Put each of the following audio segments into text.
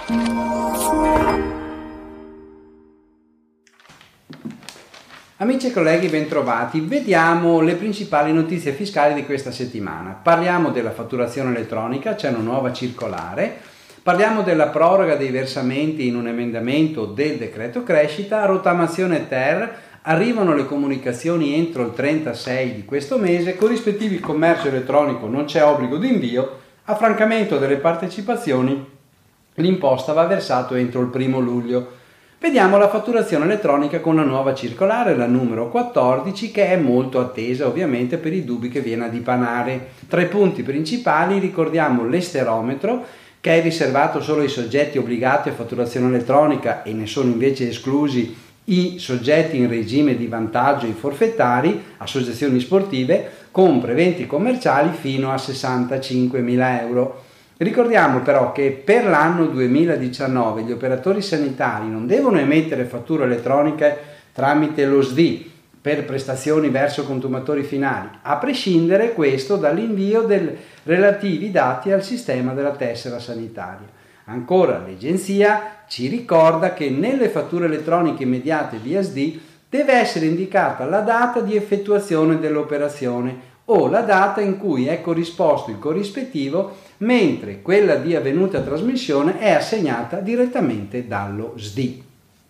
Amici e colleghi, bentrovati. Vediamo le principali notizie fiscali di questa settimana. Parliamo della fatturazione elettronica, c'è una nuova circolare. Parliamo della proroga dei versamenti in un emendamento del decreto crescita, rottamazione ter, arrivano le comunicazioni entro il 36 di questo mese, corrispettivi commercio elettronico non c'è obbligo di invio, affrancamento delle partecipazioni, l'imposta va versato entro il 1 luglio. Vediamo la fatturazione elettronica con la nuova circolare, la numero 14, che è molto attesa ovviamente per i dubbi che viene a dipanare. Tra i punti principali ricordiamo l'esterometro, che è riservato solo ai soggetti obbligati a fatturazione elettronica e ne sono invece esclusi i soggetti in regime di vantaggio, i forfettari, associazioni sportive, con preventi commerciali fino a 65.000 euro. Ricordiamo però che per l'anno 2019 gli operatori sanitari non devono emettere fatture elettroniche tramite lo SDI per prestazioni verso consumatori finali, a prescindere questo dall'invio dei relativi dati al sistema della tessera sanitaria. Ancora l'agenzia ci ricorda che nelle fatture elettroniche immediate via SDI deve essere indicata la data di effettuazione dell'operazione o la data in cui è corrisposto il corrispettivo, mentre quella di avvenuta trasmissione è assegnata direttamente dallo SDI.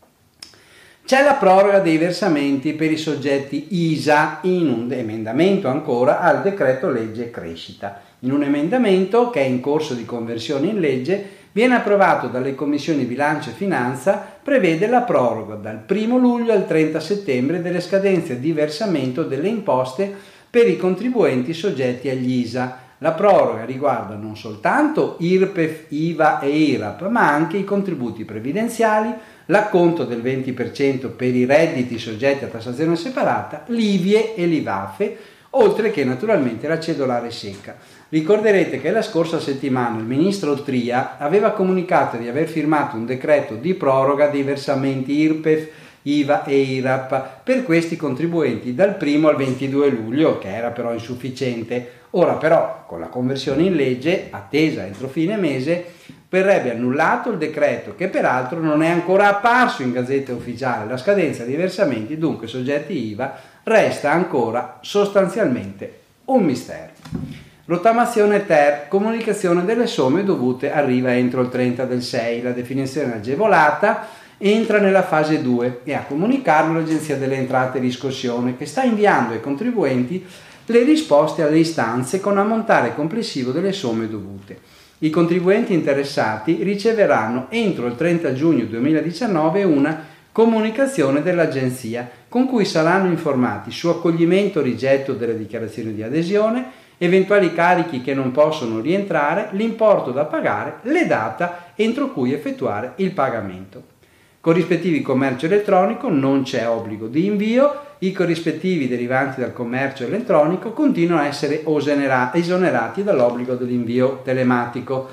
C'è la proroga dei versamenti per i soggetti ISA in un emendamento ancora al decreto legge crescita. In un emendamento che è in corso di conversione in legge viene approvato dalle commissioni bilancio e finanza, prevede la proroga dal 1 luglio al 30 settembre delle scadenze di versamento delle imposte per i contribuenti soggetti agli ISA. La proroga riguarda non soltanto IRPEF, IVA e IRAP, ma anche i contributi previdenziali, l'acconto del 20% per i redditi soggetti a tassazione separata, l'IVIE e l'IVAFE, oltre che naturalmente la cedolare secca. Ricorderete che la scorsa settimana il ministro Tria aveva comunicato di aver firmato un decreto di proroga dei versamenti IRPEF, IVA e IRAP per questi contribuenti dal 1 al 22 luglio, che era però insufficiente. Ora però, con la conversione in legge, attesa entro fine mese, verrebbe annullato il decreto, che peraltro non è ancora apparso in Gazzetta Ufficiale. La scadenza dei versamenti, dunque soggetti IVA, resta ancora sostanzialmente un mistero. Rottamazione ter, comunicazione delle somme dovute arriva entro il 30 del 6, la definizione agevolata entra nella fase 2 e a comunicarlo l'Agenzia delle Entrate e Riscossione, che sta inviando ai contribuenti le risposte alle istanze con ammontare complessivo delle somme dovute. I contribuenti interessati riceveranno entro il 30 giugno 2019 una comunicazione dell'Agenzia con cui saranno informati su accoglimento o rigetto delle dichiarazioni di adesione, eventuali carichi che non possono rientrare, l'importo da pagare, le data entro cui effettuare il pagamento. Corrispettivi commercio elettronico non c'è obbligo di invio, i corrispettivi derivanti dal commercio elettronico continuano a essere esonerati dall'obbligo dell'invio telematico.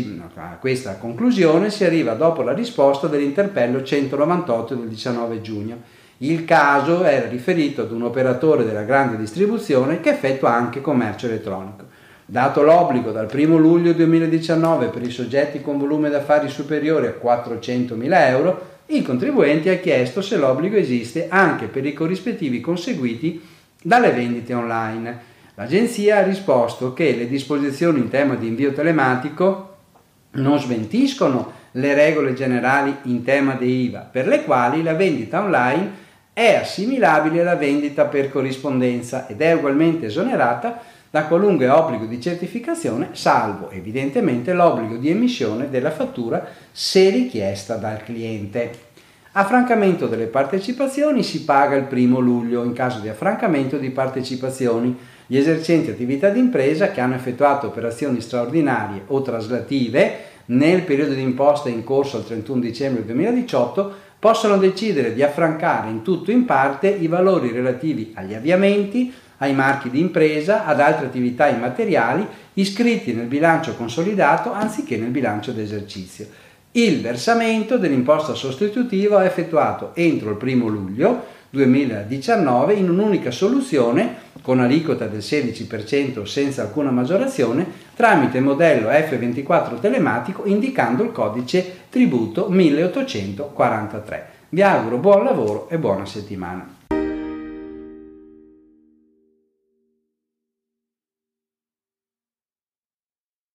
A questa conclusione si arriva dopo la risposta dell'interpello 198 del 19 giugno. Il caso era riferito ad un operatore della grande distribuzione che effettua anche commercio elettronico. Dato l'obbligo dal 1 luglio 2019 per i soggetti con volume d'affari superiore a 400.000 euro, il contribuente ha chiesto se l'obbligo esiste anche per i corrispettivi conseguiti dalle vendite online. L'agenzia ha risposto che le disposizioni in tema di invio telematico non smentiscono le regole generali in tema di IVA, per le quali la vendita online è assimilabile alla vendita per corrispondenza ed è ugualmente esonerata da qualunque obbligo di certificazione, salvo evidentemente l'obbligo di emissione della fattura se richiesta dal cliente. Affrancamento delle partecipazioni si paga il 1 luglio in caso di affrancamento di partecipazioni. Gli esercenti attività d'impresa che hanno effettuato operazioni straordinarie o traslative nel periodo di imposta in corso al 31 dicembre 2018 possono decidere di affrancare in tutto o in parte i valori relativi agli avviamenti, ai marchi di impresa, ad altre attività immateriali iscritti nel bilancio consolidato anziché nel bilancio d'esercizio. Il versamento dell'imposta sostitutiva è effettuato entro il 1 luglio 2019 in un'unica soluzione con aliquota del 16% senza alcuna maggiorazione tramite modello F24 telematico indicando il codice tributo 1843. Vi auguro buon lavoro e buona settimana.